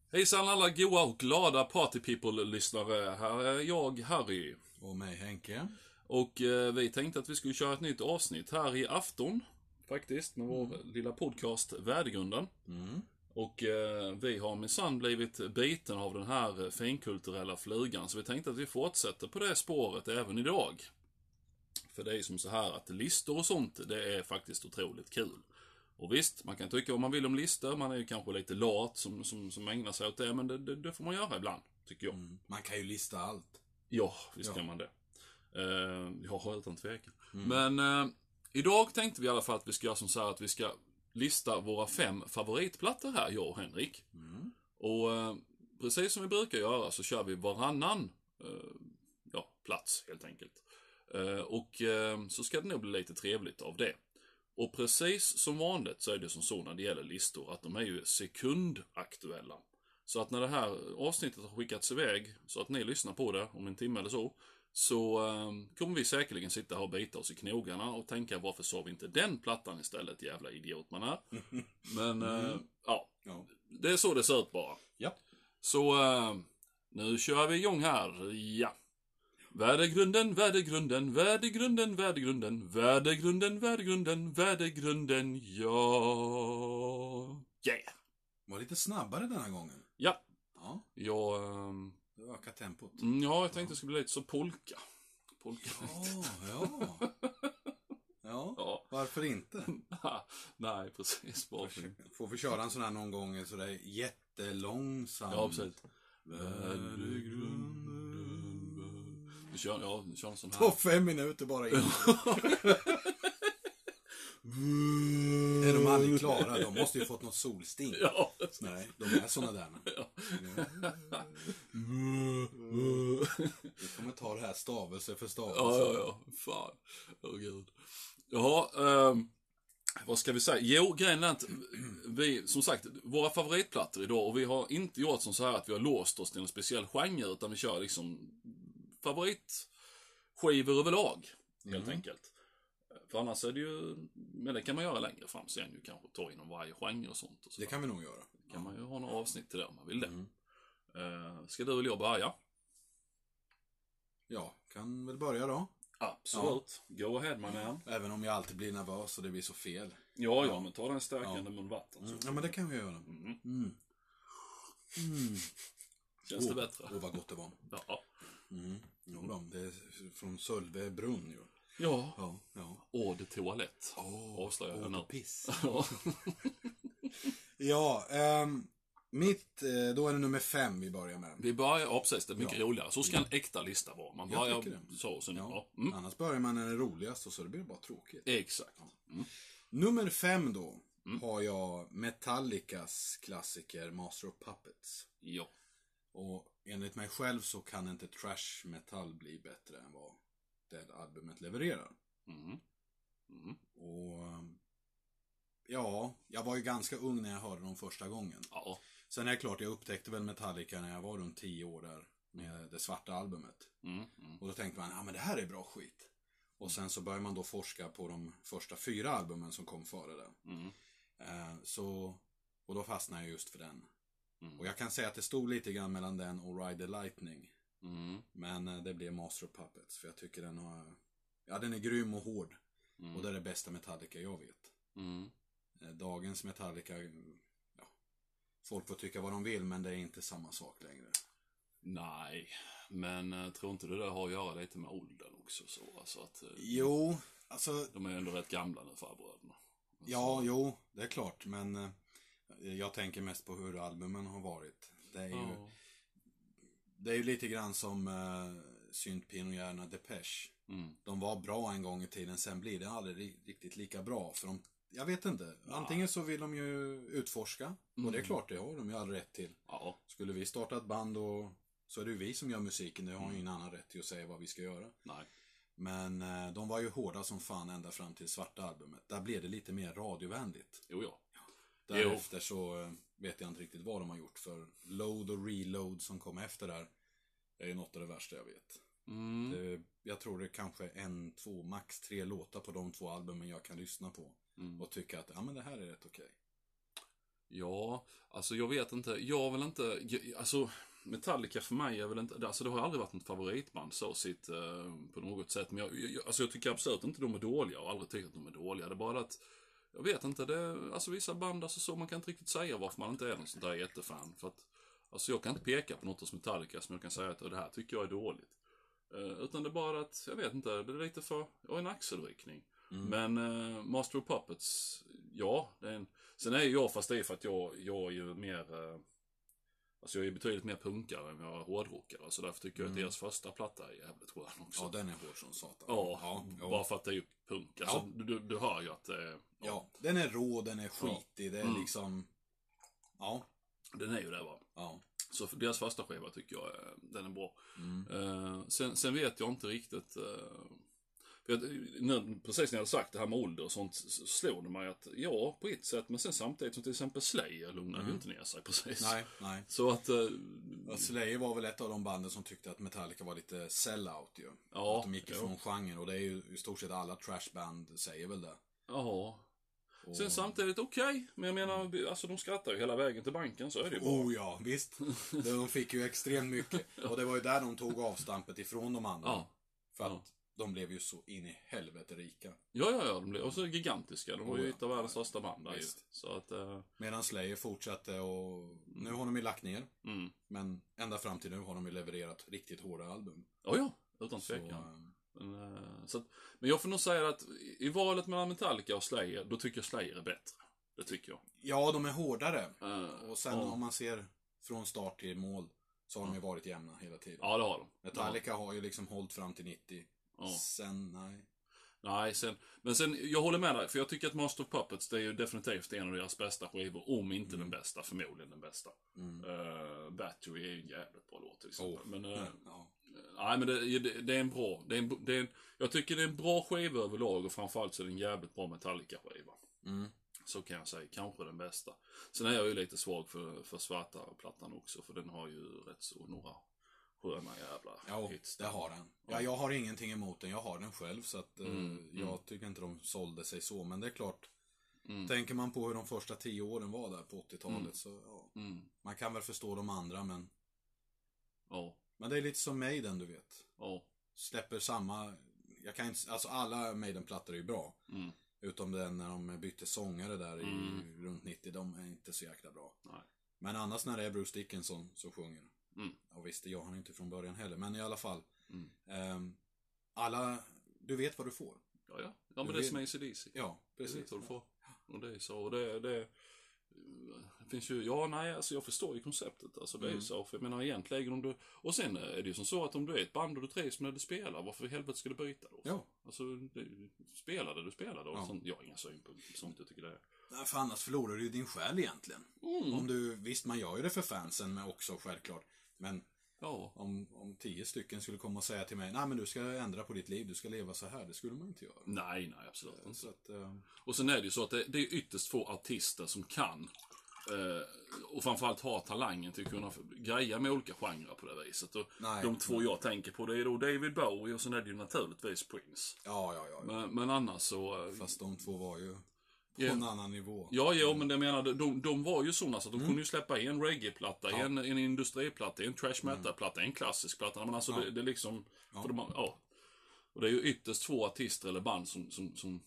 Hejsan alla goa och glada Party People-lyssnare. Här är jag, Harry. Och mig, Henke. Och vi tänkte att vi skulle köra ett nytt avsnitt här i afton. Faktiskt, med vår lilla podcast Värdegrunden. Och vi har minsann blivit biten av den här finkulturella flugan. Så vi tänkte att vi fortsätter på det spåret även idag. För det är som så här att listor och sånt, det är faktiskt otroligt kul. Och visst, man kan tycka vad man vill om listor. Man är ju kanske lite lat som ägnar sig åt det. Men det får man göra ibland, tycker jag. Man kan ju lista allt. Ja, visst kan man det. Jag har utan tvekan. Men idag tänkte vi i alla fall att vi ska göra som så här att vi ska lista våra 5 favoritplattor här, jag och Henrik. Och precis som vi brukar göra så kör vi varannan plats helt enkelt. Och så ska det nog bli lite trevligt av det. Och precis som vanligt så är det som så när det gäller listor att de är ju sekundaktuella. Så att när det här avsnittet har skickats iväg så att ni lyssnar på det om en timme eller så kommer vi säkerligen sitta här och bita oss i knogarna och tänka varför sa vi inte den plattan istället, jävla idiot man är. Men ja, det är så det ser ut bara. Ja. Så nu kör vi igång här, ja. Värdegrunden, värdegrunden, värdegrunden, värdegrunden, värdegrunden, värdegrunden, värdegrunden, ja. Yeah. Var lite snabbare den här gången. Ja. Ja. Du ökar tempot. Ja, jag tänkte det skulle bli lite så polka. Polka. Ja. Varför inte? Nej, precis. Får vi köra en sån här någon gång så det är jättelångsamt. Ja, precis. Du kör en sån här. Ta 5 minuter bara in. Är de aldrig klara? De måste ju fått något solsting. Ja. Nej, de är såna där. Ja. Vi kommer ta det här stavelse för stavelse. Ja. Fan. Åh gud. Jaha, vad ska vi säga? Jo, grejen är att vi, som sagt, våra favoritplattor idag, och vi har inte gjort som så här att vi har låst oss till en speciell genre, utan vi kör liksom favoritskivor överlag, helt enkelt. För annars är det ju, men det kan man göra längre fram sen ju, kanske ta inom varje genre och sånt. Och så. Det kan vi nog göra. Kan man ju ha några avsnitt till det om man vill det. Ska du eller jag börja? Ja, kan väl börja då. Absolut. Ja. Go ahead, man. Även om jag alltid blir nervös och det blir så fel. Ja, men ta den stärkande munvatten. Ja, men det kan vi göra. Känns det bättre? Vad gott det var. Ja. Jo då, det är från Sölve brunn ju. Ja. Ja. Det toalett. Avslöjar jag nu. Piss. Ja, då är det nummer 5 vi börjar med. Vi börjar, precis, det är mycket roligare. Så ska en äkta lista vara. Man börjar så. Annars börjar man när det är roligast och så det blir bara tråkigt. Exakt. Nummer 5 då har jag Metallicas klassiker Master of Puppets. Ja. Och enligt mig själv så kan inte thrash metal bli bättre än vad det albumet levererar. Och ja, jag var ju ganska ung när jag hörde dem första gången. Ja. Sen är det klart, jag upptäckte väl Metallica när jag var runt 10 år där med det svarta albumet. Och då tänkte man, men det här är bra skit. Och sen så började man då forska på de första 4 albumen som kom före det. Och då fastnade jag just för den. Och jag kan säga att det stod lite grann mellan den och Ride the Lightning. Men det blev Master of Puppets. För jag tycker den är grym och hård. Och det är det bästa Metallica jag vet. Dagens Metallica, folk får tycka vad de vill, men det är inte samma sak längre. Nej, men tror inte det där har att göra lite med åldern också så? Alltså att, jo, alltså... De är ändå rätt gamla nu, farbröderna. Alltså. Ja, jo, det är klart, men jag tänker mest på hur albumen har varit. Det är ju lite grann som Syntpin och gärna Depeche. De var bra en gång i tiden, sen blir det aldrig riktigt lika bra. För jag vet inte, antingen så vill de ju utforska, och det är klart, det har de ju all rätt till. Skulle vi starta ett band så är det ju vi som gör musiken, det har ju ingen annan rätt till att säga vad vi ska göra. Nej. Men de var ju hårda som fan ända fram till svarta albumet. Där blev det lite mer radiovänligt. Jo. Därefter så vet jag inte riktigt vad de har gjort, för Load och Reload som kom efter där är ju något av det värsta jag vet. Jag tror det är kanske 1, 2, max 3 låtar på de 2 albumen jag kan lyssna på och tycka att men det här är rätt okej. Ja, alltså jag vet inte. Jag vill inte... Alltså, Metallica för mig är väl inte... Alltså det har aldrig varit något favoritband så sitt på något sätt. Men jag tycker absolut inte de är dåliga. Och aldrig tyckt att de är dåliga. Det är bara att... Jag vet inte, alltså vissa band, alltså så man kan inte riktigt säga varför man inte är någon sån där jättefan. För att, alltså jag kan inte peka på något hos Metallica som jag kan säga att det här tycker jag är dåligt. Utan det är bara att, jag vet inte, det är lite för, en axelryckning. Men Master of Puppets, ja, sen är jag, fast det är för att jag är ju mer, alltså jag är betydligt mer punkare än jag är hårdrockare. Så därför tycker jag att deras första platta är jävligt skön också. Ja, den är hård som satan. Ja, bara för att det är ju punk. Alltså, du hör ju att det är... Ja, den är rå, den är skitig, det är liksom... Ja. Den är ju det, va? Ja. Så för deras första skiva tycker jag den är bra. Sen vet jag inte riktigt... För precis när jag hade sagt det här med ålder och sånt, slår det mig att ja, på ett sätt, men sen samtidigt som till exempel Slayer lugnar ju inte ner sig precis. Nej. Så att... Slayer var väl ett av de banden som tyckte att Metallica var lite sellout ju. Ja, att de gick ifrån genren, och det är ju i stort sett alla trashband säger väl det. Ja. Sen samtidigt okej, men jag menar, alltså de skrattar ju hela vägen till banken, så är det ju bra. Oh ja, visst. De fick ju extremt mycket. Och det var ju där de tog avstampet ifrån de andra. Ja. För att de blev ju så in i helvete rika. Ja, de blev också gigantiska. De var ju ett av världens största band där. Så att... Medan Slayer fortsatte, och nu har de ju lagt ner. Men ända fram till nu har de ju levererat riktigt hårda album. Ja, utan tvekan. Men jag får nog säga att i valet mellan Metallica och Slayer, då tycker jag Slayer är bättre. Det tycker jag. Ja, de är hårdare. Och sen om man ser från start till mål, så har de ju varit jämna hela tiden. Ja, det har de. Metallica har ju liksom hållit fram till 90. Sen, Nej, men sen, jag håller med dig, för jag tycker att Master of Puppets, det är ju definitivt en av deras bästa skivor, om inte den bästa, förmodligen den bästa. Battery är ju en jävligt bra låt till exempel. Men, nej, men det är en bra, jag tycker det är en bra skiva överlag, och framförallt så är det en jävligt bra Metallica-skiva. Så kan jag säga, kanske den bästa. Sen är jag ju lite svag för svarta plattan också, för den har ju rätt så några sköna jävla hits. Det har den. Ja, jag har ingenting emot den. Jag har den själv, så att jag tycker inte de sålde sig så. Men det är klart, tänker man på hur de första 10 åren var där på 80-talet, så man kan väl förstå de andra, men men det är lite som Maiden, du vet. Släpper samma, jag kan inte, alltså alla Maiden-plattor är ju bra. Utom den när de bytte sångare där i runt 90, de är inte så jäkla bra. Nej. Men annars när det är Bruce Dickinson som sjunger. Och visst, jag har inte från början heller, men i alla fall. Alla, du vet vad du får. Ja, men det är som AC/DC. Ja, precis. Du vet vad du får. Och det är så, och det finns ju, alltså jag förstår ju konceptet, alltså det är ju så, för jag menar egentligen om du, och sen är det ju som så att om du är ett band och du trivs när du spelar, varför i helvete ska du byta då? Ja. Alltså, spelar då, och sånt, jag har inga synpunkter, sånt jag tycker det är. Nej, för annars förlorar du ju din själ egentligen. Om du, visst man gör ju det för fansen med också, självklart, men om 10 stycken skulle komma och säga till mig, nej men du ska ändra på ditt liv, du ska leva så här, det skulle man inte göra. Nej, absolut inte. Så att, och sen är det ju så att det är ytterst få artister som kan och framförallt har talangen till att kunna greja med olika genrer på det viset. Och de två jag tänker på, det är då David Bowie, och sen är det ju naturligtvis Prince. Ja. Men annars så... Fast de två var ju på en annan nivå. Ja, men det menar, de var ju sådana så att de kunde ju släppa en reggae-platta, en industriplatta, en trash metal-platta, en klassisk platta. Men alltså det är liksom... För och det är ju ytterst få artister eller band som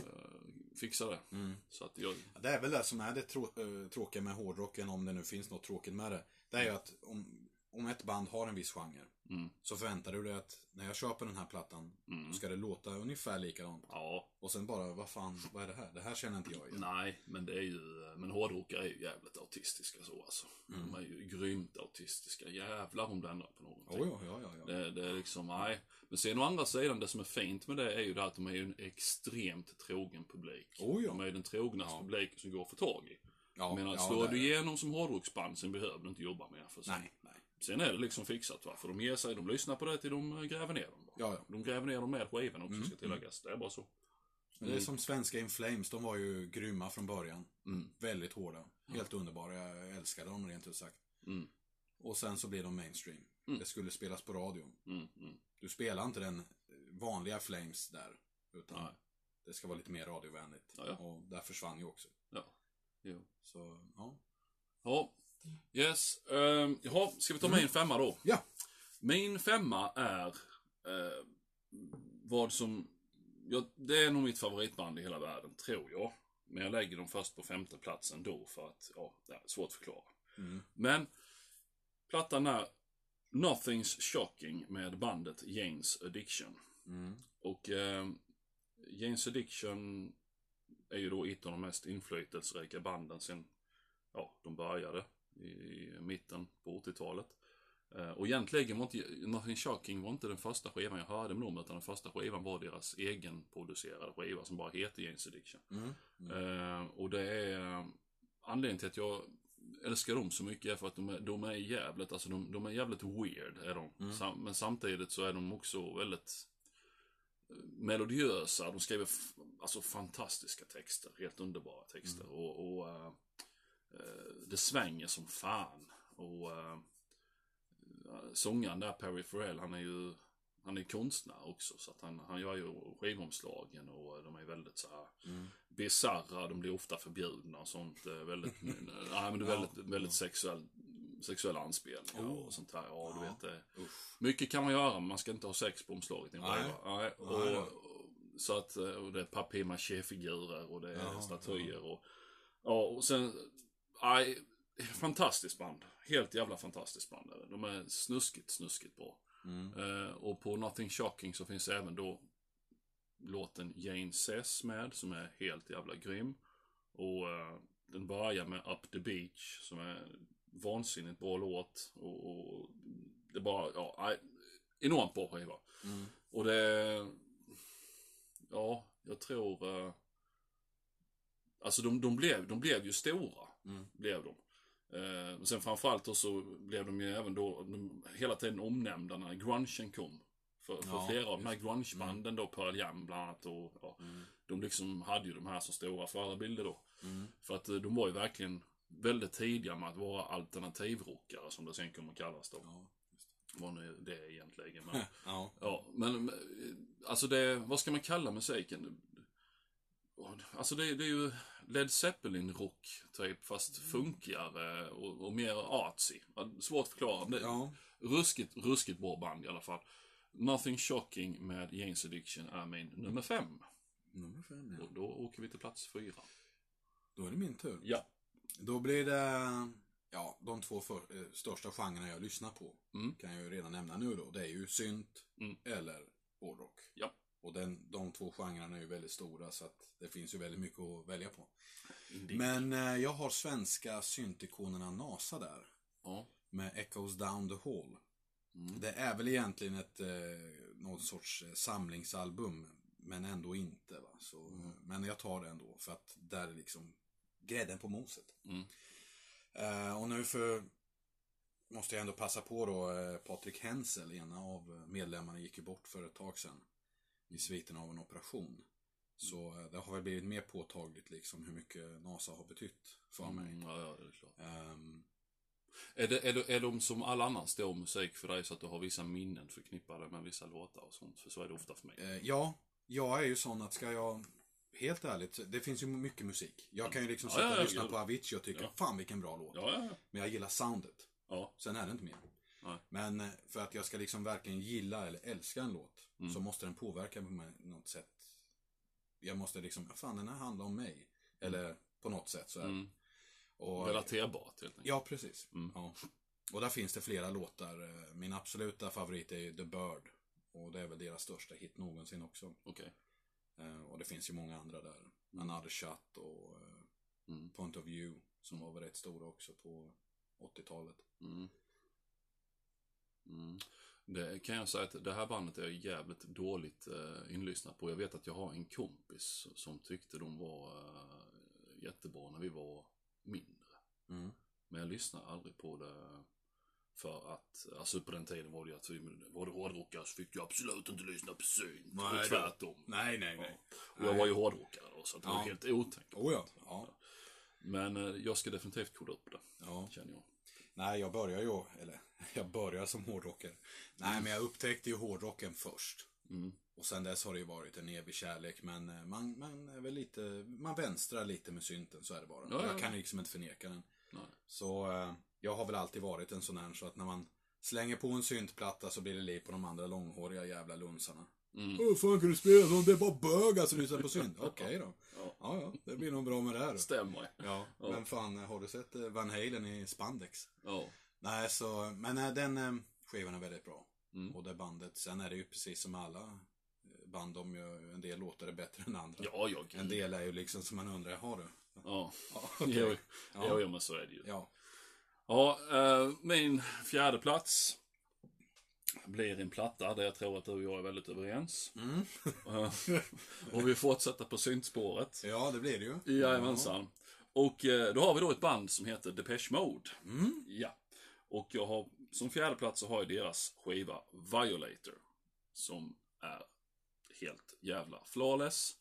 fixar det. Så att det är väl det som är det tråkiga med hårdrocken, om det nu finns något tråkigt med det. Det är ju att om ett band har en viss genre, så förväntar du dig att när jag köper den här plattan, så ska det låta ungefär likadant. Och sen bara, vad är det här? Det här känner inte jag igen. Nej, men det är ju, men hårdrockare är ju jävligt autistiska så alltså. De är ju grymt autistiska. Jävlar om det ändrar på någonting. Ja. Det är liksom, nej. Men sen å andra sidan, det som är fint med det är ju det att de är ju en extremt trogen publik. De är ju den trognaste publiken som går att få tag i. Slår du igenom som hårdrocksband, sen behöver du inte jobba mer för sig. Nej. Sen är det liksom fixat, va? För de ger sig, de lyssnar på det till de gräver ner dem. Ja. De gräver ner dem med skivan också, ska tilläggas. Det är bara så. Det är som svenska In Flames, de var ju grymma från början. Väldigt hårda. Helt underbara, jag älskade dem rent ut sagt. Och sen så blev de mainstream. Det skulle spelas på radion. Du spelar inte den vanliga Flames där, utan det ska vara lite mer radiovänligt. Och där försvann ju också. Jo. Så, ja. Ja, yes. Jaha, ska vi ta min femma då? Ja. Min femma är vad som... Ja, det är nog mitt favoritband i hela världen, tror jag. Men jag lägger dem först på 5:e platsen då för att, ja, det är svårt att förklara. Men plattan är Nothing's Shocking med bandet Jane's Addiction. Och Jane's Addiction är ju då ett av de mest inflytelserika banden sen, ja, de började i mitten på 80-talet. Och egentligen var inte Nothing Shocking var inte den första skivan jag hörde med dem, utan den första skivan var deras egenproducerade skiva som bara heter Jane's Addiction. Och det är anledningen till att jag älskar dem så mycket är för att de är jävligt, alltså de är jävligt weird är de. Men samtidigt så är de också väldigt melodiösa. De skriver alltså fantastiska texter, helt underbara texter. Och det svänger som fan. Och sångaren där, Perry Farrell, han är konstnär också, så att han gör ju skivomslagen och de är väldigt så här bizarra, de blir ofta förbjudna och sånt, väldigt men det är väldigt sexuella anspelningar och sånt här. Ja, du vet det. Mycket kan man göra, men man ska inte ha sex på omslaget i en skiva. Så att och det är papier-maché-figurer och det är statyer och sen fantastiskt band. Helt jävla fantastiskt band. De är snuskigt bra. Och på Nothing Shocking så finns även då låten Jane Says med, som är helt jävla grym. Och den börjar med Up the Beach, som är vansinnigt bra låt. Och det är bara, enormt bra skiva. Och det, jag tror, alltså de blev ju stora. Blev de. Sen framförallt så blev de ju även då hela tiden omnämnda när grungen kom. För flera av de här grungebanden då, Pearl Jam bland annat, och de liksom hade ju de här som stora förebilder då. För att de var ju verkligen väldigt tidiga med att vara alternativrockare, som det sen kommer kallas då. Vad nu det är egentligen. Men, men alltså vad ska man kalla musiken? Alltså det är ju Led Zeppelin-rock typ, fast funkigare och mer artsy. Svårt att förklara. Ruskigt bra band i alla fall. Nothing Shocking med Jane's Addiction är min nummer 5. Nummer 5, ja. Och då åker vi till plats 4. Då är det min tur. Ja. Då blir det, de två största genrerna jag lyssnar på. Kan jag ju redan nämna nu då. Det är ju synt eller hårdrock. Ja. Och de två genrerna är ju väldigt stora, så att det finns ju väldigt mycket att välja på. Indeed. Men jag har svenska syntikonerna NASA där. Ja. Med Echoes Down the Hall. Det är väl egentligen någon sorts samlingsalbum, men ändå inte, va? Så, men jag tar det ändå, för att där är liksom grädden på moset. Och nu måste jag ändå passa på då, Patrik Hensel, ena av medlemmarna, gick ju bort för ett tag sedan i sviten av en operation. Så det har väl blivit mer påtagligt liksom hur mycket NASA har betytt för mig. Ja, det är klart. Är de som alla annan stor musik för dig, så att du har vissa minnen förknippade med vissa låtar och sånt? För så är det ofta för mig. Ja, jag är ju sån att ska jag... Helt ärligt, det finns ju mycket musik. Jag kan ju liksom sitta och lyssna på Avicii och tycka, fan vilken bra låt. Men jag gillar soundet. Sen är det inte mer. Men för att jag ska liksom verkligen gilla eller älska en låt, så måste den påverka på mig något sätt. Jag måste liksom, fan, den här handlar om mig. Eller på något sätt så är det. Relaterbart helt enkelt. Ja, precis. Ja. Och där finns det flera låtar. Min absoluta favorit är The Bird. Och det är väl deras största hit någonsin också. Okej. Och det finns ju många andra där. Another Shot och Point of View, som var väl rätt stora också på 80-talet. Det kan jag säga att det här bandet är jävligt dåligt inlyssnat på. Jag vet att jag har en kompis som tyckte de var jättebra när vi var mindre. Men jag lyssnar aldrig på det, för att alltså på den tiden var det att var det hårdrockare så fick du absolut inte lyssna på synt. Och tvärtom. Nej. Och jag var ju hårdrockare då, så att det var helt otänkbart. Men jag ska definitivt kolla upp det, känner jag. Nej, jag börjar som hårdrockare. Nej, men jag upptäckte ju hårdrocken först. Och sen dess har det ju varit en evig kärlek, men man är väl lite, man vänstrar lite med synten, så är det bara. Ja. Jag kan liksom inte förneka den. Nej. Så jag har väl alltid varit en sån här, så att när man slänger på en syntplatta så blir det liv på de andra långhåriga jävla lunsarna. Åh fan, kan du spela sånt? Det är bara bög alltså, lyssna på synt. Okej då. Ja, det blir nog bra med det här. Stämmer. Ja, men fan, har du sett Van Halen i spandex? Ja. Nej, så, men den skivan är väldigt bra. Och det bandet, sen är det ju precis som alla band, de gör en del låtar är bättre än andra. Ja. En del är ju liksom som man undrar, har du? Ja. Okay. Jo, men så är det ju. Ja. Ja, min fjärde plats blir en platta där jag tror att du och jag är väldigt överens. Och vi fortsätter på syntspåret. Ja, det blir det ju. Jajamensan. Och då har vi då ett band som heter Depeche Mode. Ja. Och jag har, som fjärde plats så har jag deras skiva Violator. Som är helt jävla flawless.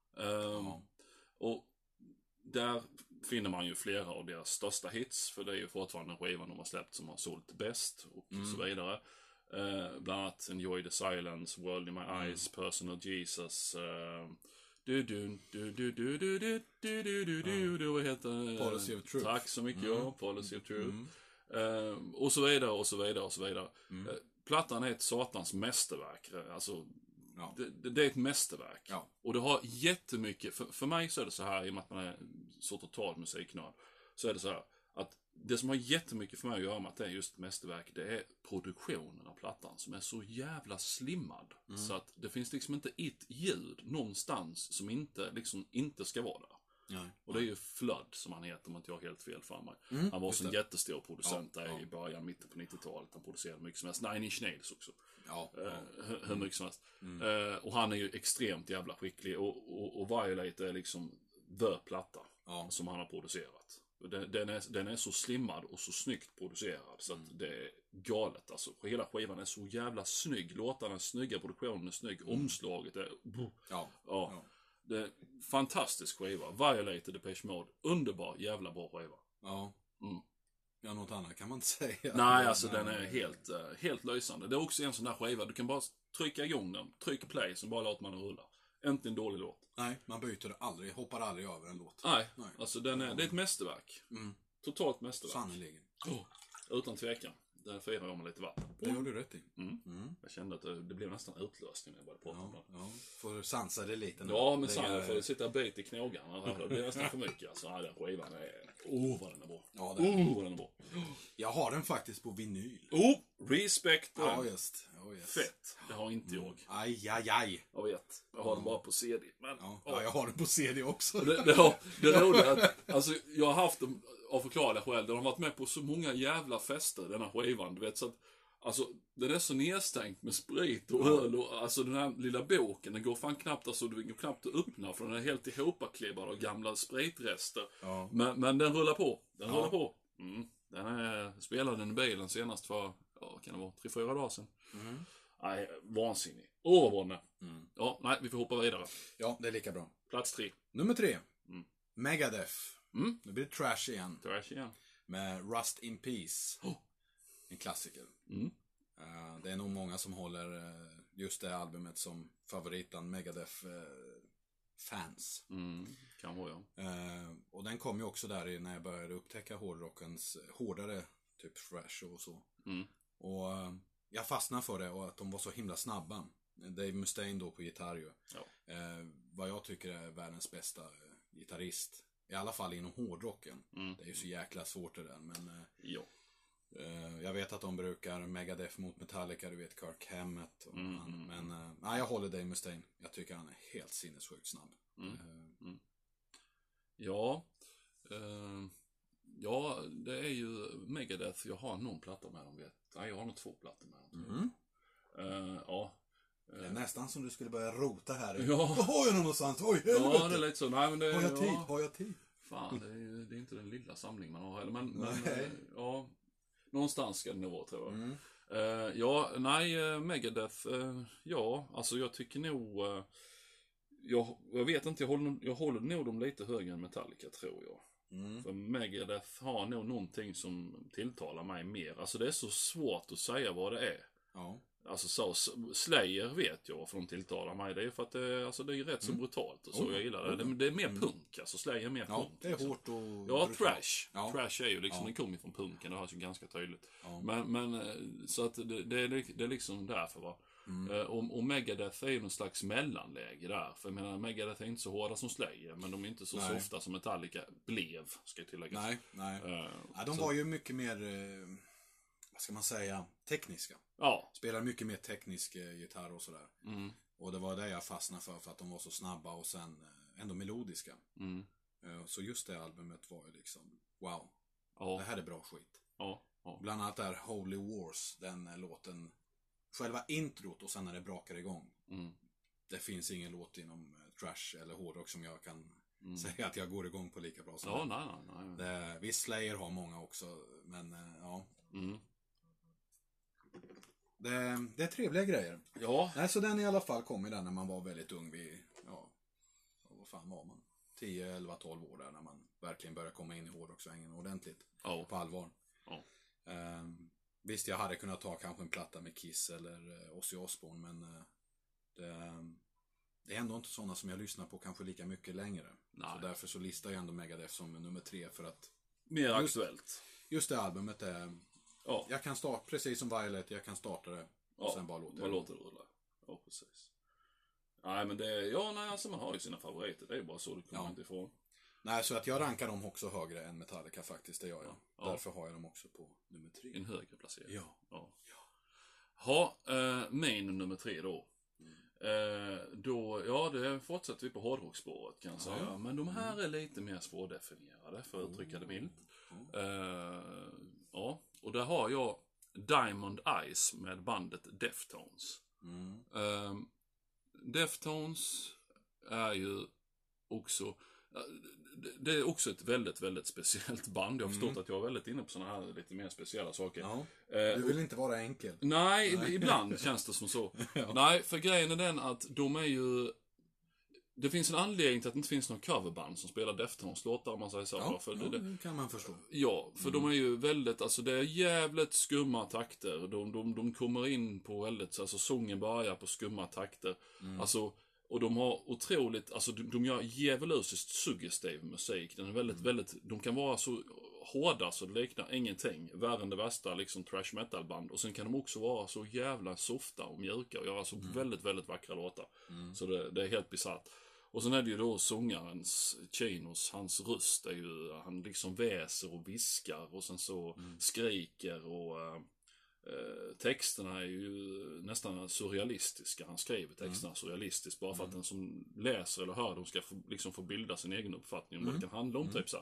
Och där finner man ju flera av deras största hits. För det är ju fortfarande en skiva de har släppt som har sålt bäst. Och så vidare. Bland annat Enjoy the Silence, World in My Eyes, Personal Jesus. Vad heter Policy of Truth. Tack så mycket, Policy of Truth. Och så vidare, och så vidare, och så vidare. Plattan är ett satans mästerverk. Alltså, det är ett mästerverk. Ja. Och det har jättemycket, för mig så är det så här, i och med att man är så total musiknörd, så är det så här, att det som har jättemycket för mig att göra med att det är just mästerverk, det är produktionen av plattan som är så jävla slimmad. Så att det finns liksom inte ett ljud någonstans som inte ska vara där. Nej. Och det är ju Flood som han heter, om inte jag har helt fel för mig. Han var en jättestor producent där i början, mitten på 90-talet. Han producerade mycket som helst. Nine Inch Nails också. Hur mycket som helst. Och han är ju extremt jävla skicklig. Och Violate är liksom the platta som han har producerat. Den är så slimmad och så snyggt producerad så att det är galet alltså. Hela skivan är så jävla snygg. Låtarna är snygga, produktionen är snygg, omslaget är... Det är fantastisk skiva. Violator, Depeche Mode. Underbar, jävla bra skiva. Ja. Ja, något annat kan man inte säga. Nej, alltså den är helt lysande. Det är också en sån där skiva. Du kan bara trycka igång den. Tryck play, så bara låter man den rulla. Inte en dålig låt. Nej, man byter aldrig. Hoppar aldrig över en låt. Nej. Alltså det är ett mästerverk. Totalt mästerverk. Sannerligen. Utan tvekan. Där firar jag med lite vatten. Det har du rätt i. Jag kände att det blev nästan utlöst när jag började prata om det. Ja, får sansa det lite. Ja, men jag får sitta och bita i knogarna. Det blir nästan för mycket. Alltså, den skivan är... vad den är bra. Ja, vad den är bra. Jag har den faktiskt på vinyl. Respect. Ja, just. Fett. Det har inte jag. Aj. Jag vet. Jag har den bara på CD. Men, jag har den på CD också. Det roliga är att, alltså, jag har haft dem av förklarliga skäl. Den har varit med på så många jävla fester, den här skivan. Du vet, så att, alltså, den är så nedstängt med sprit och öl och, alltså den här lilla boken, den går fan knappt, alltså du går knappt att öppna för den är helt ihopaklibbad av gamla spritrester. Men den rullar på. Den rullar på. Den spelade den i bilen senast för, kan det vara 3-4 dagar sedan. Nej, vansinnig. Vad bra den är. Ja, nej, vi får hoppa vidare. Ja, det är lika bra. Plats 3. Nummer 3. Megadeth. Nu blir det trash igen. Med Rust in Peace. En klassiker. Det är nog många som håller just det albumet som favoriten Megadeth-fans. Kan vara, och den kom ju också där när jag började upptäcka hårdrockens hårdare typ thrash och så. Och jag fastnade för det och att de var så himla snabba. Dave Mustaine då på gitarr ju. Vad jag tycker är världens bästa gitarrist. I alla fall inom hårdrocken. Det är ju så jäkla svårt det där. Men jag vet att de brukar Megadeth mot Metallica, du vet Kirk Hammett. Men jag håller Dave Mustaine. Jag tycker han är helt sinnessjukt snabb. Ja, det är ju Megadeth. Jag har någon platta med dem, vet. Nej, jag har nog 2 plattor med dem. Det är nästan som du skulle börja rota här. Ja. Vad har jag någonstans? Oj, ja, det är lite så. Nej, men det, har jag tid? Fan, det är inte den lilla samling man har heller. Men någonstans ska det nog vara, tror jag. Megadeth. Alltså jag tycker nog... jag vet inte, jag håller nog dem lite högre än Metallica, tror jag. För Megadeth har nog någonting som tilltalar mig mer. Alltså det är så svårt att säga vad det är. Ja. Alltså så, Slayer vet jag varför de tilltalar mig. Det är för att det är rätt så brutalt och så jag gillar det. Det är mer punk, alltså Slayer är mer punk. Det är liksom. hårt och Ja, brutalt. trash. Ja. Trash är ju liksom, det kommer ju från punken, det hörs ju ganska tydligt. Ja. Men så att det är liksom därför va. Och Megadeth är ju någon slags mellanläge där. För jag menar, Megadeth är inte så hårda som Slayer, men de är inte så softa som Metallica blev, ska jag tillägga. Nej. De var ju mycket mer, vad ska man säga, tekniska. Ja. Spelar mycket mer teknisk gitarr och sådär. Och det var det jag fastnade för att de var så snabba och sen ändå melodiska. Så just det albumet var ju liksom, wow. Det här är bra skit. Ja. Bland annat där Holy Wars, den låten, själva introt och sen när det brakar igång. Det finns ingen låt inom trash eller hårdrock som jag kan säga att jag går igång på lika bra som nej. Visst, Slayer har många också, men ja. Det är trevliga grejer. Ja. Nej, så den i alla fall kom i den när man var väldigt ung. Vad fan var man? 10, 11, 12 år där när man verkligen började komma in i hårdrocksvängen ordentligt. På allvar. Visst, jag hade kunnat ta kanske en platta med Kiss eller Ozzy Osbourne, men det är ändå inte sådana som jag lyssnar på kanske lika mycket längre. Så därför så listar jag ändå Megadeth som nummer 3 för att mer aktuellt. Just det albumet är jag kan starta, precis som Violet, jag kan starta det och sen bara låta det rulla. Ja, precis. Nej, men alltså man har ju sina favoriter. Det är ju bara så det kommer inte ifrån. Nej, så att jag rankar dem också högre än Metallica faktiskt, det gör jag. Därför har jag dem också på nummer 3. En högre placering. Ja. Min nummer 3 då. Det fortsätter vi på hårdrocksspåret kan jag säga. Men de här är lite mer svårdefinierade, för att uttrycka det milt. Och där har jag Diamond Eyes med bandet Deftones. Deftones är ju också, det är också ett väldigt, väldigt speciellt band. Jag har förstått att jag är väldigt inne på såna här lite mer speciella saker. Du vill inte vara enkel. Nej, ibland känns det som så. Nej, för grejen är den att de är ju, det finns en anledning till att det inte finns någon coverband som spelar Deftones-låtar, om man säger så. Det kan man förstå. Ja, för de är ju väldigt, alltså det är jävligt skumma takter. De kommer in på väldigt, alltså sången börjar på skumma takter. Alltså, och de har otroligt, alltså de gör djävulusiskt suggestiv musik. Den är väldigt, väldigt, de kan vara så hårda så det liknar ingenting. Värre än det värsta liksom trash metal band. Och sen kan de också vara så jävla softa och mjuka och göra så väldigt, väldigt vackra låtar. Så det är helt bisarrt. Och sen är det ju då sångarens, Chinos, hans röst är ju, han liksom väser och viskar och sen så skriker och texterna är ju nästan surrealistiska. Han skriver texterna surrealistiskt bara för att den som läser eller hör dem ska få bilda sin egen uppfattning om vad det kan handla om typ så.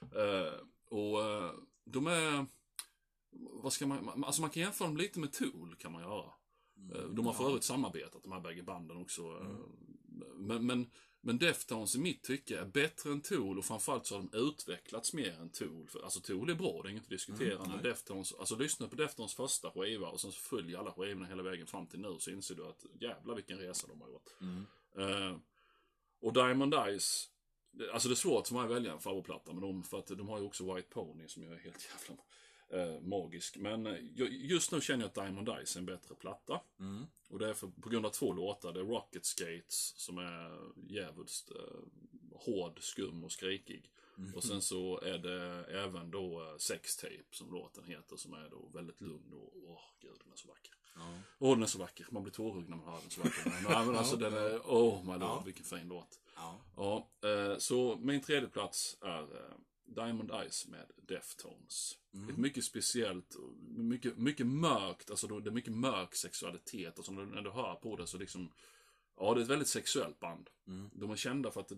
De är, vad ska man, alltså man kan jämföra dem lite med Tool kan man göra. De har för övrigt samarbetat, de här bägge banden också. Men Deftones i mitt tycke är bättre än Tool och framförallt så har de utvecklats mer än Tool. Alltså Tool är bra, det är inget att diskutera. Men Deftones, alltså lyssna på Deftones första skiva och sen så följer alla skivorna hela vägen fram till nu, så inser du att jävla vilken resa de har gjort. Och Diamond Eyes, alltså det är svårt för mig att välja en favoritplatta med dem, för att de har ju också White Pony som jag är helt jävla magisk. Men just nu känner jag att Diamond Eyes är en bättre platta. Och det är på grund av 2 låtar. Det är Rocket Skates som är jävligt hård, skum och skrikig. Och sen så är det även då Sex Tape som låten heter, som är då väldigt lugn och gud, den är så vacker. Den är så vacker. Man blir tårögd när man hör den så vacker. Men alltså den är, my lord, vilken fin låt. Så min 3:e plats är Diamond Eyes med Deftones. Ett mycket speciellt, mycket mörkt, alltså det är mycket mörk sexualitet, och som när du hör på det så liksom, det är ett väldigt sexuellt band. De är kända för att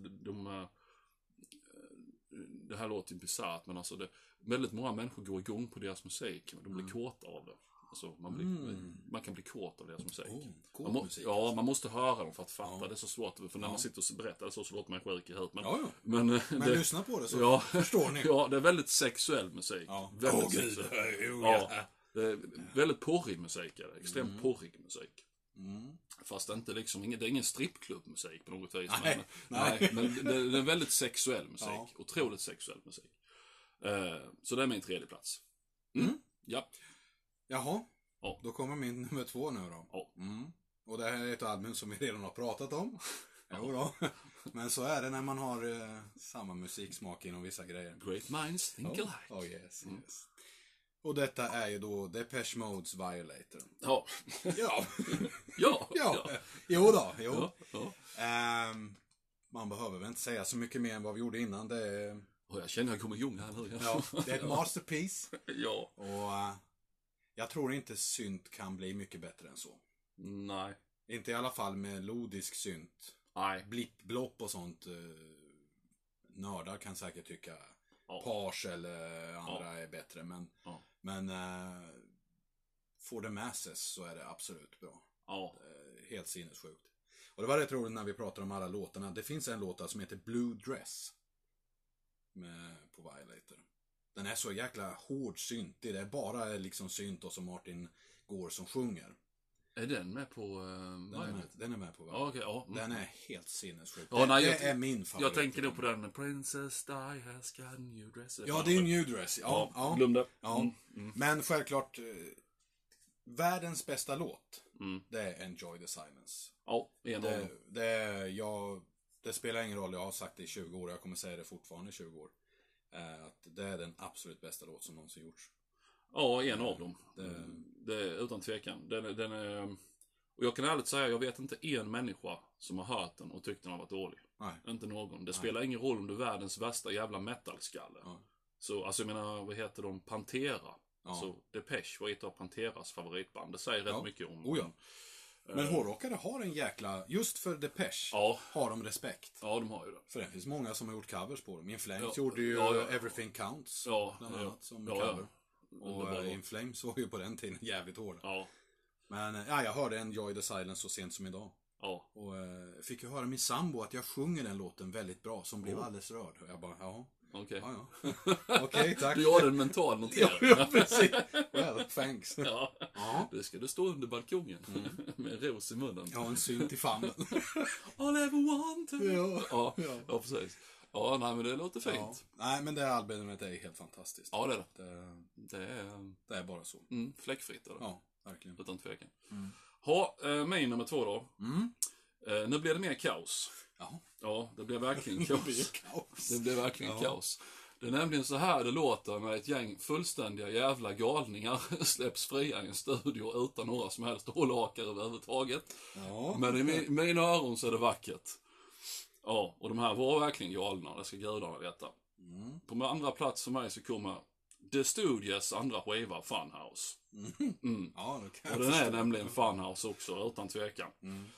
det här låter ju bisarrt, men alltså väldigt många människor går igång på deras musik, de blir kåta av det. Alltså man kan bli kåt av deras musik. Musik. Man måste höra dem för att fatta. Det är så svårt, för när man sitter och berättar det så låter man sjuk i huvudet. Men lyssna på det så förstår ni. Ja, det är väldigt sexuell musik. Väldigt sexuell. Det är väldigt porrig musik. Extremt porrig musik. Fast inte liksom, det är ingen strippklubbmusik på något vis. Nej, men det är väldigt sexuell musik. Otroligt sexuell musik. Så det är min 3:e plats. Ja. Jaha. Ja. Då kommer min nummer 2 nu då. Ja. Och det här är ett album som vi redan har pratat om. Jo då. Men så är det när man har samma musiksmak inom vissa grejer. Great minds think alike. Oh yes, yes. Och detta är ju då Depeche Modes Violator. Ja. Ja. Ja. Jo då, jo. Ja. Ja. Man behöver väl inte säga så mycket mer än vad vi gjorde innan. Det är, Jag känner jag kommer igång här nu. ja, det är ett masterpiece. Ja. Och jag tror inte synt kan bli mycket bättre än så. Nej. Inte i alla fall melodisk synt. Nej. Blipp, blopp och sånt. Nördar kan säkert tycka Pars eller andra är bättre. Men for the masses så är det absolut bra. Ja. Helt sinnessjukt. Och det var rätt roligt när vi pratade om alla låtarna. Det finns en låt som heter Blue Dress på Violator. Den är så jäkla hård syntig. Det är bara liksom synt och så Martin Gore som sjunger. Är den med på... Den är med på ja, okay, ja. Den är helt sinnessjuk. Ja, det är min favorit. Jag tänker då på den med Princess Di has got new dress. Ja, det är New Dress. Ja. Glömde. Ja. Men självklart världens bästa låt det är Enjoy the Silence. Ja, det spelar ingen roll, jag har sagt det i 20 år. Jag kommer säga det fortfarande i 20 år. Att det är den absolut bästa låt som någonsin gjorts. Ja, en av dem. Det är utan tvekan. Den är... Och jag kan ärligt säga, jag vet inte en människa som har hört den och tyckt den har varit dålig. Nej. Inte någon. Det spelar ingen roll om du är världens värsta jävla metalskalle. Ja. Så, alltså jag menar, vad heter de? Pantera. Ja. Så Depeche var ett av Panteras favoritband. Det säger rätt mycket om... Oh ja. Men hårdrockare har en jäkla... Just för Depeche har de respekt. Ja, de har ju det. För det finns många som har gjort covers på dem. In Flames gjorde ju Everything Counts. Bland annat som cover. Och In Flames var ju på den tiden jävligt hård. Ja. Men jag hörde Enjoy the Silence så sent som idag. Ja. Och fick ju höra min sambo att jag sjunger den låten väldigt bra. Som blev alldeles rörd. Och jag bara, ja. Okej. Ja. Okej, tack. Du gör en mental notering. Ja, precis. Well, thanks. Ja. Det ska du stå under balkongen. Med en ros i munnen. Ja, en synt i famnen. All ever wanted. Ja, precis. Ja, nej, men det låter fint. Ja. Nej, men det här albumet är helt fantastiskt. Ja, det är det. Det är bara så. Fläckfritt är det. Ja, verkligen. Utan tvekan. Min nummer 2 då. Nu blir det mer kaos. Ja, det blir verkligen kaos. Det blir verkligen kaos. Det är nämligen så här det låter när ett gäng fullständiga jävla galningar släpps fria i en studio utan några som helst hållhakar överhuvudtaget. Ja. Men i mina öron så är det vackert. Ja, och de här var verkligen galna, det ska gudarna veta. På andra plats för mig så kommer The Studios andra skiva, Funhouse. Ja, och den är nämligen Funhouse också, utan tvekan.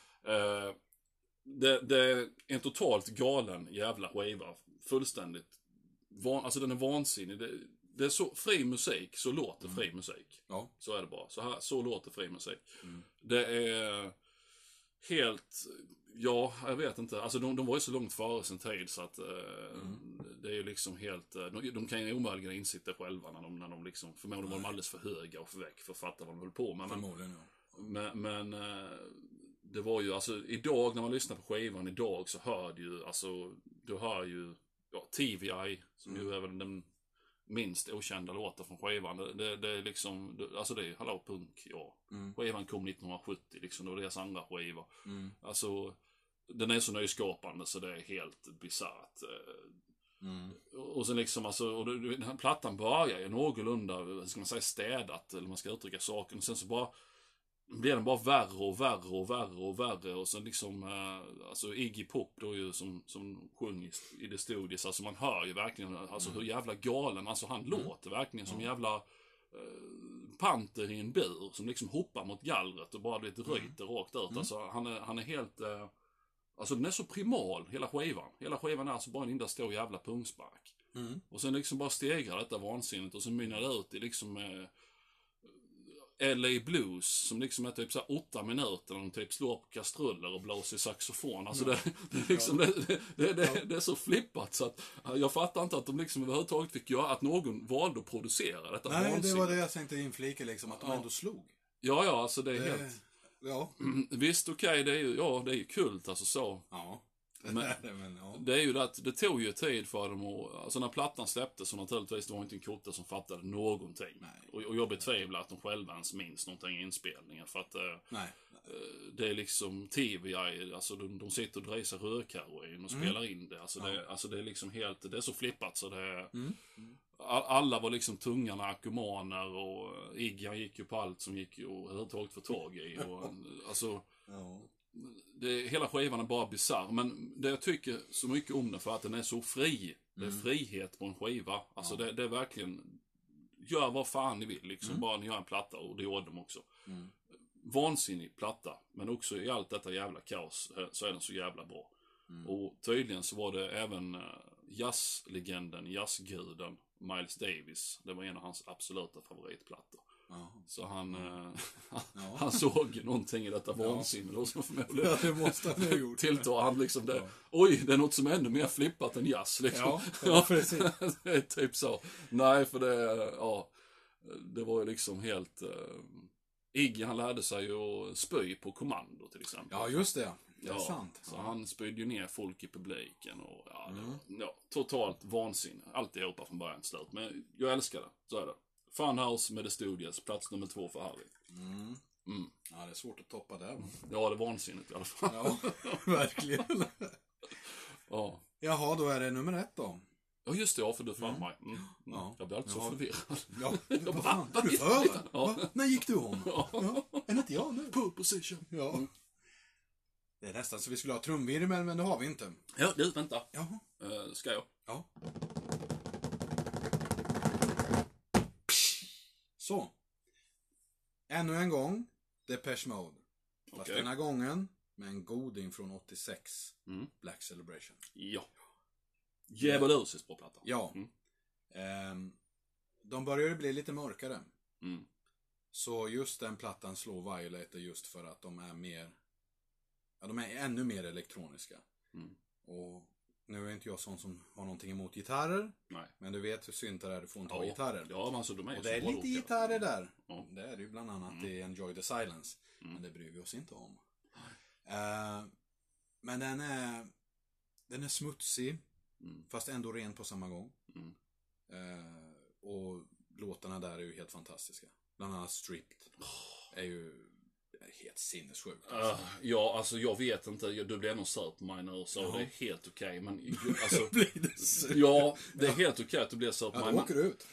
Det är en totalt galen jävla skiva. Fullständigt. Alltså den är vansinnig. Det är så fri musik, så låter fri musik. Ja. Så är det bara. Så låter fri musik. Det är helt... Ja, jag vet inte. Alltså de var ju så långt före sin tid så att det är ju liksom helt... De kan ju omöjligen insitta själva när de liksom... Förmodligen var de alldeles för höga och för väck för att fatta vad de höll på med. Förmodligen, men det var ju, alltså idag när man lyssnar på skivan idag så hör du hör ju TVI som ju är väl den minst okända låten från skivan. Det är liksom, alltså det är Hallå Punk, Skivan kom 1970 liksom, det var deras andra skiva. Alltså, den är så nyskapande så det är helt bisarrt. Och sen liksom, alltså, och den här plattan börjar ju någorlunda, ska man säga, städat, eller man ska uttrycka saken, och sen så bara blir den bara värre och värre och värre och värre. Och sen liksom, alltså Iggy Pop då ju som sjöng i The Studios. Alltså man hör ju verkligen alltså hur jävla galen, alltså han låter verkligen som jävla panter i en bur som liksom hoppar mot gallret och bara ryter rakt ut. Alltså han är helt, alltså den är så primal, hela skivan. Hela skivan är alltså bara en enda stor jävla pungspark. Och sen liksom bara stegrar detta vansinnigt och sen mynnar det ut i liksom LA Blues som liksom är typ så 8 minuter när de typ slår på kastruller och blåser i saxofon. Alltså det är liksom det är så flippat så att jag fattar inte att de liksom överhuvudtaget fick göra, att någon valde att producera detta. Nej, vansinnigt. Det var det jag tänkte inflika liksom, att de ändå slog. Ja, alltså det är helt... Ja. Visst, okej, det är ju kult alltså så. Ja. Men, ja. Det är ju det att det tog ju tid för dem att, alltså när plattan släpptes så naturligtvis det var inte en kotte som fattade någonting. Och jag betvivlar att de själva ens minns någonting i inspelningen för att det är liksom TV, alltså de sitter och drar sig rökheroin och spelar in det. Alltså det är liksom helt, det är så flippat så det är alla var liksom tunga narkomaner och Iggy gick ju på allt som gick och överhuvudtaget få tag i och alltså hela skivan är bara bizarr, men det jag tycker så mycket om den för att den är så fri. Det är frihet på en skiva. Alltså det är verkligen, gör vad fan ni vill liksom, bara ni gör en platta och det gjorde de också. Vansinnig platta, men också i allt detta jävla kaos så är den så jävla bra. Och tydligen så var det även jazzlegenden, jazzguden Miles Davis, det var en av hans absoluta favoritplattor. Så han såg någonting i detta vansinne då som förmodligen det måste han ha gjort. tilltar han liksom det. Oj, det är något som är ännu mer flippat än jazz liksom. Ja, precis. Det är typ så. Nej, för det var ju liksom helt Iggy, han lärde sig ju att spy på kommando till exempel. Ja, just det. Det är sant. Så han spydde ju ner folk i publiken och totalt vansinne. Alltihopa från början till slut. Men jag älskar det, så är det. Funhouse med The Studios, plats nummer 2 för Harry. Ja, det är svårt att toppa där. Ja, det är vansinnigt i alla fall. Ja, verkligen. Ja. Jaha, då är det nummer 1 då. Ja, just det, ja, för du fann mig. Ja. Jag blir alltid så förvirrad. Ja, vad fan, är du för? När gick du om? Är inte jag nu? Pole position. Ja. Det är nästan så vi skulle ha trumvirvel, men det har vi inte. Ja, du, vänta. Jaha. Ska jag? Ja. Så. Ännu en gång, Depeche Mode. Fast den här gången med en goding från 86. Black Celebration. Ja. Djävulusis på plattan. Ja. De börjar bli lite mörkare. Så just den plattan slår Violator just för att de är mer... Ja, de är ännu mer elektroniska. Och nu är inte jag sån som har någonting emot gitarrer. Nej. Men du vet hur syntar är, du får inte ha gitarrer. Ja, men alltså de är och det är lite gitarrer där. Ja. Det är det ju bland annat i Enjoy the Silence. Men det bryr vi oss inte om. Men den är smutsig. Fast ändå ren på samma gång. Och låtarna där är ju helt fantastiska. Bland annat Stripped. Är ju helt sinnessjukt. Alltså. Ja, alltså jag vet inte. Du blir nog sur på mig nu. Så det är helt okej. Men alltså, blir det sur? Ja, det är helt okej att du blir sur på mig. Ja, då åker du ut.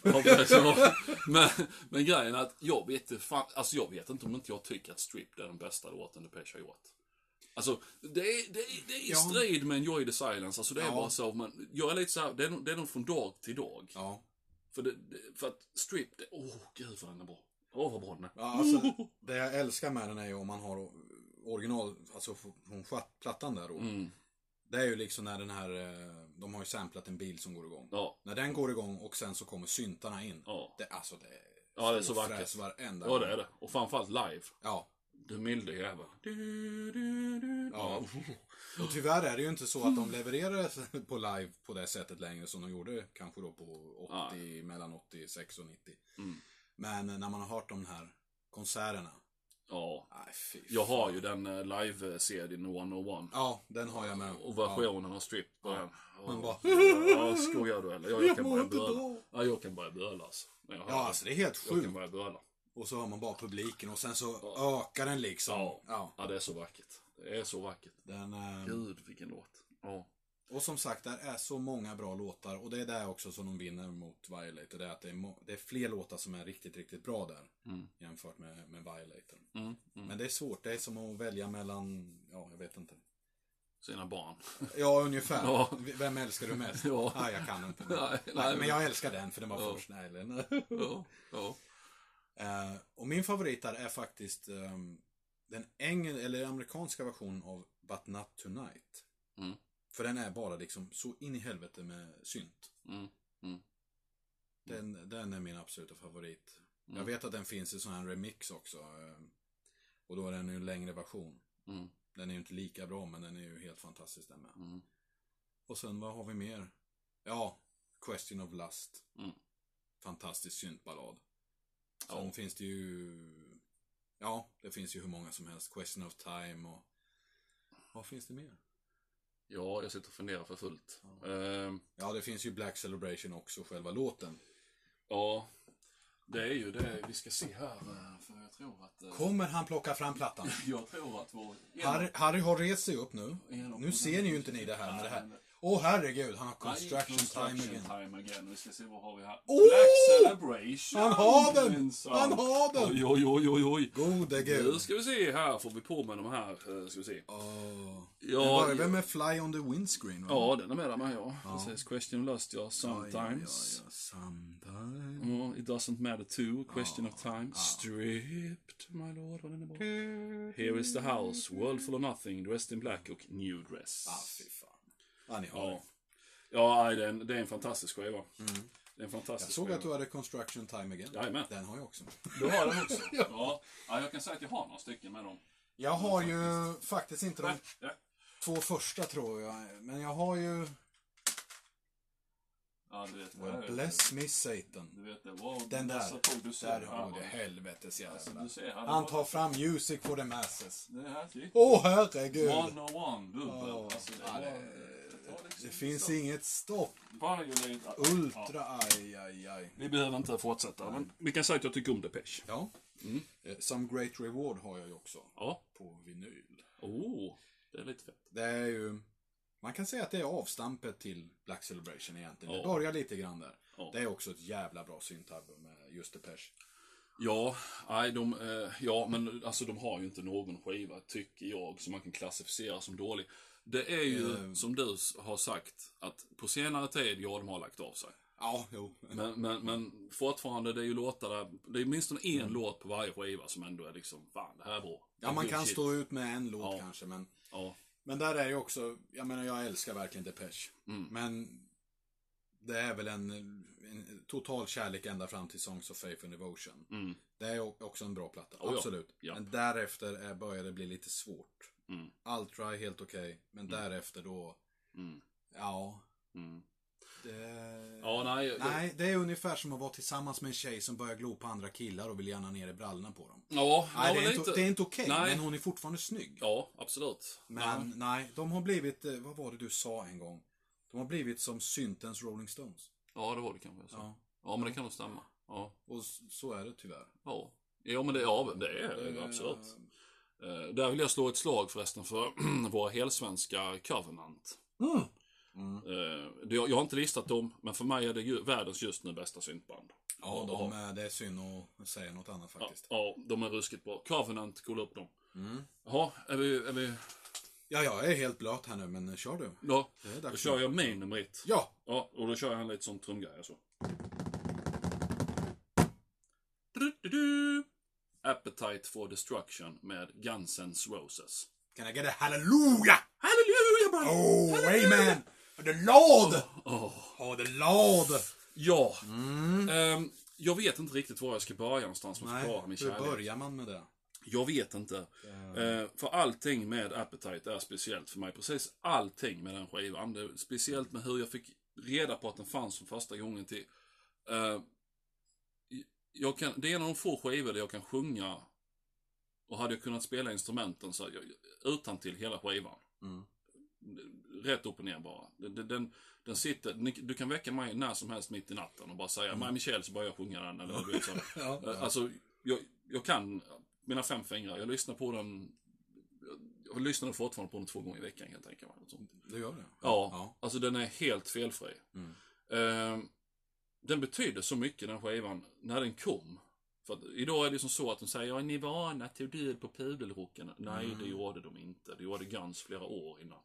Men grejen är att jag vet inte om inte jag tycker att Stripped är den bästa låten Depeche har gjort. Alltså, det är i strid med Enjoy the Silence. Alltså det är bara så. Men jag är lite så här, det är nog från dag till dag. Ja. För att Stripped, gud vad den är bra. Vad bra den är. Ja, alltså, det jag älskar med den är ju om man har original, alltså från plattan där då. Det är ju liksom när den här, de har ju samplat en bil som går igång. Ja. När den går igång och sen så kommer syntarna in. Ja. Det är så vackert. Ja, det är det. Och framförallt live. Ja. Du milde jävel. Ja. Och tyvärr är det ju inte så att de levererar på live på det sättet längre som de gjorde kanske då på 80, mellan 86 och 90. Men när man har hört de här konserterna. Ja. Jag har ju den live-serien 101. Ja, den har jag med. Och versionen av Strip. Ja. Bara... Ja, skojar du eller? Jag kan börja böla. Ja, jag kan börja böla alltså. Ja, alltså det är helt sjukt. Jag kan börja böla. Och så har man bara publiken och sen så ökar den liksom. Ja, det är så vackert. Det är så vackert. Gud, vilken låt. Ja. Och som sagt, där är så många bra låtar. Och det är där också som de vinner mot Violator. Det är att det är fler låtar som är riktigt, riktigt bra där. Jämfört med Violator. Men det är svårt. Det är som att välja mellan, jag vet inte. Sina barn. Ja, ungefär. Ja. Vem älskar du mest? Ja. Nej, jag kan inte. Nej, men jag älskar den för den var först. Nej, eller? Ja. Och min favorit där är faktiskt den amerikanska versionen av But Not Tonight. För den är bara liksom så in i helvete med synt. Den är min absoluta favorit. Jag vet att den finns i sån här remix också. Och då är den ju en längre version. Den är ju inte lika bra, men den är ju helt fantastisk den med. Och sen vad har vi mer? Ja, Question of Lust. Fantastisk syntballad. Sen finns det ju... Ja, det finns ju hur många som helst. Question of Time och... Vad finns det mer? Ja, jag sitter och funderar för fullt. Ja, det finns ju Black Celebration också, själva låten. Ja, det är ju det vi ska se här. För jag tror att... Kommer han plocka fram plattan? Jag tror att Harry har rest sig upp nu. Nu ser ni ju inte ni det här med det här. Åh herregud, han har Construction Time again. Vi ska se, vad har vi här? Oh! Black Celebration! Han har den! Han har den! Oj. Gode gud. Nu ska vi se här, får vi på med de här. Ska vi se. Ja, det var med Fly on the Windscreen, va? Ja, den är med där med, ja. Precis, Question Lust, ja. Sometimes. Ja, sometimes. It doesn't matter too. Question of time. Stripped, my lord. Vad den är bra. Here is the house. World full of nothing. Dressed in black och new dress. Fy fan. Ja, ni har det. Ja, det är en fantastisk skiva. Det är en fantastisk Jag såg skiva. att du hade Construction Time Again. Jajamän. Den har jag också. Du har den också? Ja. Jag kan säga att jag har några stycken med dem. Jag har ju faktiskt inte de 2 första, tror jag. Men jag har ju... Ja, du vet vad Bless Me Satan. Du vet det. Wow, den där har det helvetes jävla. Han tar fram Music for the Masses. Det är här, Åh, herregud. 101 dubbel. Det finns inget stopp. Ultra, aj. Vi behöver inte fortsätta, men vi kan säga att jag tycker om Depeche. Ja. Some Great Reward har jag ju också. Ja. På vinyl. Det är lite fett. Det är ju... Man kan säga att det är avstampet till Black Celebration egentligen. Det börjar lite grann där. Det är också ett jävla bra syntalbum med just Depeche. Men alltså de har ju inte någon skiva, tycker jag, som man kan klassificera som dålig. Det är ju, som du har sagt, att på senare tid, de har lagt av sig. Ja, jo. Men fortfarande, det är ju låtar där, det är minst en låt på varje skiva som ändå är liksom, fan, det här är bra. Ja, man kan stå ut med en låt kanske, men... Ja. Men där är ju också, jag menar, jag älskar verkligen Depeche. Men det är väl en total kärlek ända fram till Songs of Faith and Devotion. Det är också en bra platta, absolut. Ja. Men därefter börjar det bli lite svårt. Ultra är helt okej, men därefter då... Nej, det är ungefär som att vara tillsammans med en tjej som börjar glo på andra killar och vill gärna ner i brallorna på dem. Det är inte okej, men hon är fortfarande snygg. Ja, absolut. Men nej, de har blivit, vad var det du sa en gång? De har blivit som syntens Rolling Stones. Ja, det var det kanske. Ja, men det kan nog stämma. Ja. Och så är det tyvärr. Ja, men det är det absolut. Där vill jag slå ett slag förresten för våra helsvenska Covenant. Jag har inte listat dem, men för mig är det världens just nu bästa syntband. Ja, det är synd att säga något annat faktiskt. Ja, de är ruskigt bra. Covenant, kolla upp dem. Jaha, är vi... Ja, jag är helt blöt här nu, men kör du. Ja, då kör jag min nummer 1. Ja, och då kör jag en lite sån trumgrej alltså. Appetite for Destruction med Guns N' Roses. Can I get a hallelujah? Hallelujah, bro! Oh, amen! The Lord! The Lord! Ja. Jag vet inte riktigt var jag ska börja någonstans med att förklara min kärlek. Hur börjar man med det? Jag vet inte. För allting med Appetite är speciellt för mig. Precis allting med den skivan. Det är speciellt med hur jag fick reda på att den fanns för första gången till... det är en av de få skivor där jag kan sjunga, och hade jag kunnat spela instrumenten så utan till hela skivan. Rätt upp och ner bara. Den sitter, du kan väcka mig när som helst mitt i natten och bara säga Maj Michel, så börjar jag sjunga den eller du vet så. Alltså jag kan mina 5 fingrar. Jag lyssnar på den. Jag lyssnar fortfarande på den 2 gånger i veckan helt enkelt. Du gör det? Ja. Alltså den är helt felfri. Den betyder så mycket, den skivan, när den kom. För att idag är det som så att de säger Nirvana tog död på pudelrocken. Nej, det gjorde de inte. Det gjorde Guns flera år innan.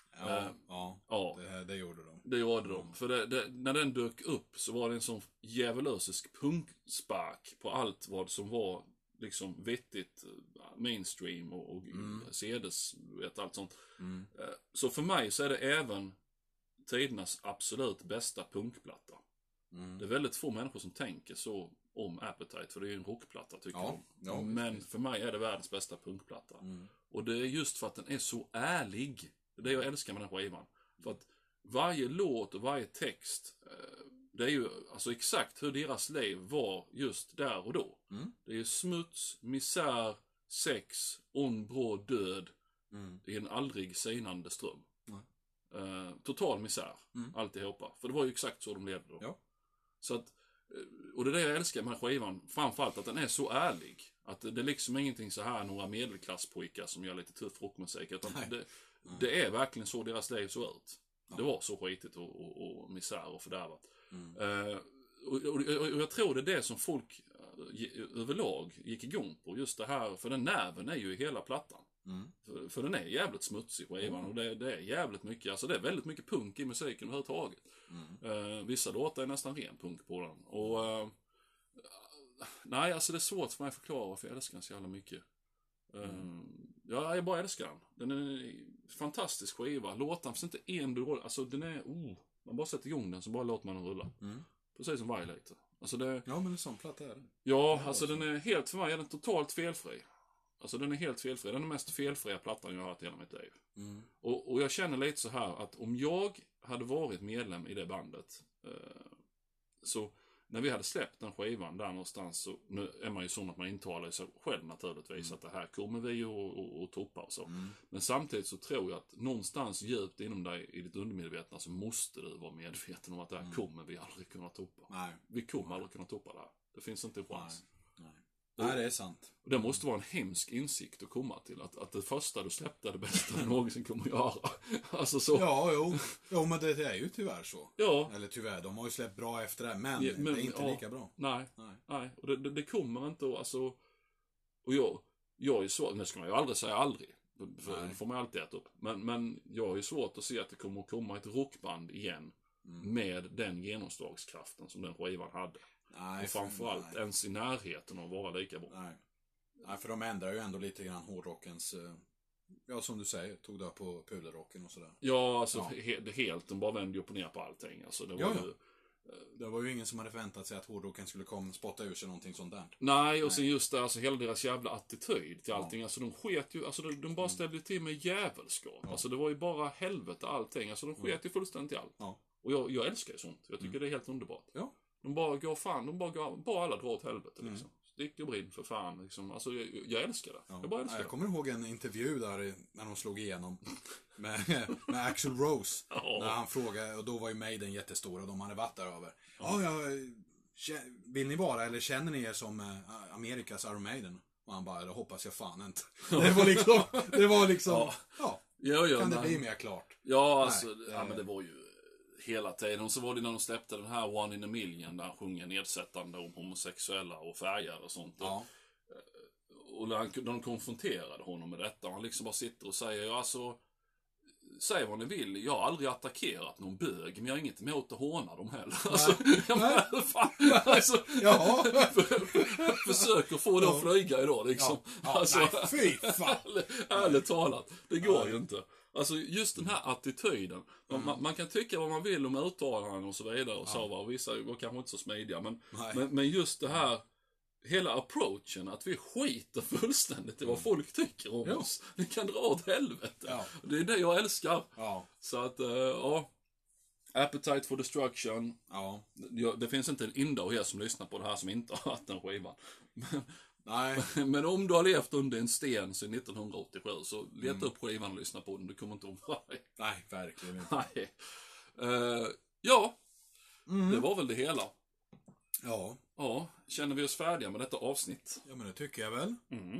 Det gjorde de. Det gjorde de. För när den dök upp så var det en sån djävulösisk punkspark på allt vad som var liksom vettigt mainstream och CDs, vet, allt sånt. Så för mig så är det även tidernas absolut bästa punkplatta. Det är väldigt få människor som tänker så om Appetite, för det är ju en rockplatta tycker jag. Men för mig är det världens bästa punkplatta. Och det är just för att den är så ärlig. Det är det jag älskar med den skivan. För att varje låt och varje text, det är ju alltså exakt hur deras liv var just där och då. Det är ju smuts, misär, sex, ond, bråd, död i en aldrig sinande ström. Total misär. Alltihopa. För det var ju exakt så de levde då. Ja. Så att, och det är det jag älskar med skivan. Framförallt att den är så ärlig. Att det är liksom ingenting så här några medelklasspojkar som gör lite tuff rockmusik. Utan det är verkligen så deras liv såg ut. Ja. Det var så skitigt och misär och fördärvat. Och jag tror det är det som folk överlag gick igång på. Just det här, för den nerven är ju i hela plattan. För den är jävligt smutsig skivan och det är jävligt mycket, alltså det är väldigt mycket punk i musiken överhuvudtaget. Vissa låtar är nästan ren punk på den. Och nej, alltså det är svårt för mig att förklara varför jag älskar den så jävla mycket. Jag bara älskar den. Den är en fantastisk skiva. Låtarna finns inte en dålig, alltså den är, man bara sätter igång den så bara låter man den rulla. Precis som Violator. Alltså det, ja, men en sån platta är det. Ja, alltså den är helt, för mig är den totalt felfri. Alltså den är helt felfri. Den är den mest felfria plattan jag har hört i hela mitt liv. Och jag känner lite så här att om jag hade varit medlem i det bandet så när vi hade släppt den skivan där någonstans, så nu är man ju sån att man intalar sig själv naturligtvis att det här kommer vi ju att toppa och så. Men samtidigt så tror jag att någonstans djupt inom dig i ditt undermedvetna så måste du vara medveten om att det här kommer vi aldrig kunna toppa. Nej. Vi kommer aldrig kunna toppa det här. Det finns inte en chans. Nej, det är sant. Och det måste vara en hemsk insikt att komma till. Att det första du släppte är det bästa du någonsin kommer att göra. Alltså så. Ja, jo, men det är ju tyvärr så. Ja. Eller tyvärr, de har ju släppt bra efter det, men det är inte lika bra. Nej. Och det kommer inte att, alltså. Och jag är så, nu ska man ju aldrig säga aldrig. För det får man alltid äta upp. Men jag är ju svårt att se att det kommer att komma ett rockband igen. Med den genomslagskraften som den skivan hade. Nej, och framförallt ens i närheten av att vara lika bra. Nej, för de ändrar ju ändå lite grann hårdrockens, ja som du säger, tog där på pudelrocken och sådär. Ja, alltså helt, de bara vände upp och ner på allting. Alltså, det var ju... Det var ju ingen som hade förväntat sig att hårdrocken skulle spotta ur sig någonting sånt där. Nej, och sen just det, alltså hela deras jävla attityd till allting. Alltså de sket ju, alltså de bara ställde till med jävelskap. Alltså det var ju bara helvete allting. Alltså de sket ju fullständigt i allt. Och jag älskar ju sånt. Jag tycker det är helt underbart. Ja. De bara går bara alla drar åt helvete liksom. Stick och brinn för fan liksom. Alltså jag älskar det. Jag kommer ihåg en intervju där när de slog igenom med Axl Rose. När han frågade, och då var ju Maiden jättestora och de hade varit där över. Vill ni vara eller känner ni er som Amerikas Iron Maiden? Och han bara, det hoppas jag fan inte. Det var liksom kan det bli mer klart? Ja, alltså, men det var ju hela tiden. Och så var det när de släppte den här One in a Million där han sjunger nedsättande om homosexuella och färger och sånt. Och när de konfronterade honom med detta och han liksom bara sitter och säger, alltså säg vad ni vill, jag har aldrig attackerat någon bög, men jag har inget emot att håna dem heller. Försöker få det att flyga idag liksom. Fy fan. Ärligt talat, det går ju inte. Alltså just den här attityden. Man kan tycka vad man vill om uttalanden och så vidare och så, och vissa var kanske inte så smidiga, men just det här hela approachen, att vi skiter fullständigt i vad folk tycker om oss. Det kan dra åt helvete. Det är det jag älskar. Så att, Appetite for Destruction. Det finns inte en enda av er som lyssnar på det här som inte har haft den skivan. Men om du har levt under en sten sedan 1987 så leta upp skivan och lyssna på den. Du kommer inte ångra dig. Nej, verkligen inte. Det var väl det hela. Ja. Känner vi oss färdiga med detta avsnitt? Ja, men det tycker jag väl.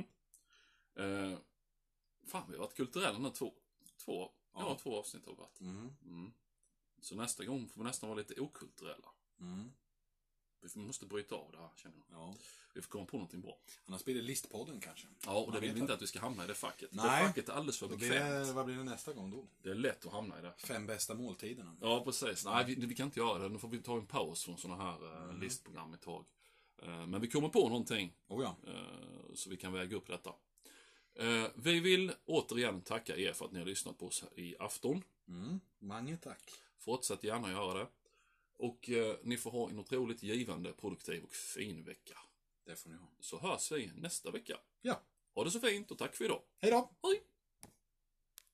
Fan, vi har varit kulturella nu två avsnitt har varit. Så nästa gång får vi nästan vara lite okulturella. Vi måste bryta av det här, känner jag. Vi får komma på någonting bra. Annars blir det listpodden kanske. Ja, och det vill vi inte att vi ska hamna i det facket. Nej. Det facket är alldeles för bekvämt. Vad blir det nästa gång då? Det är lätt att hamna i det. 5 bästa måltiderna. Ja, precis. Nej, vi kan inte göra det. Nu får vi ta en paus från sådana här listprogram ett tag. Men vi kommer på någonting. Så vi kan väga upp detta. Vi vill återigen tacka er för att ni har lyssnat på oss i afton. Många tack. Fortsätt gärna göra det. Och ni får ha en otroligt givande, produktiv och fin vecka. Det får ni ha. Så hörs vi nästa vecka. Ja. Ha det så fint och tack för idag. Hej då. Hej.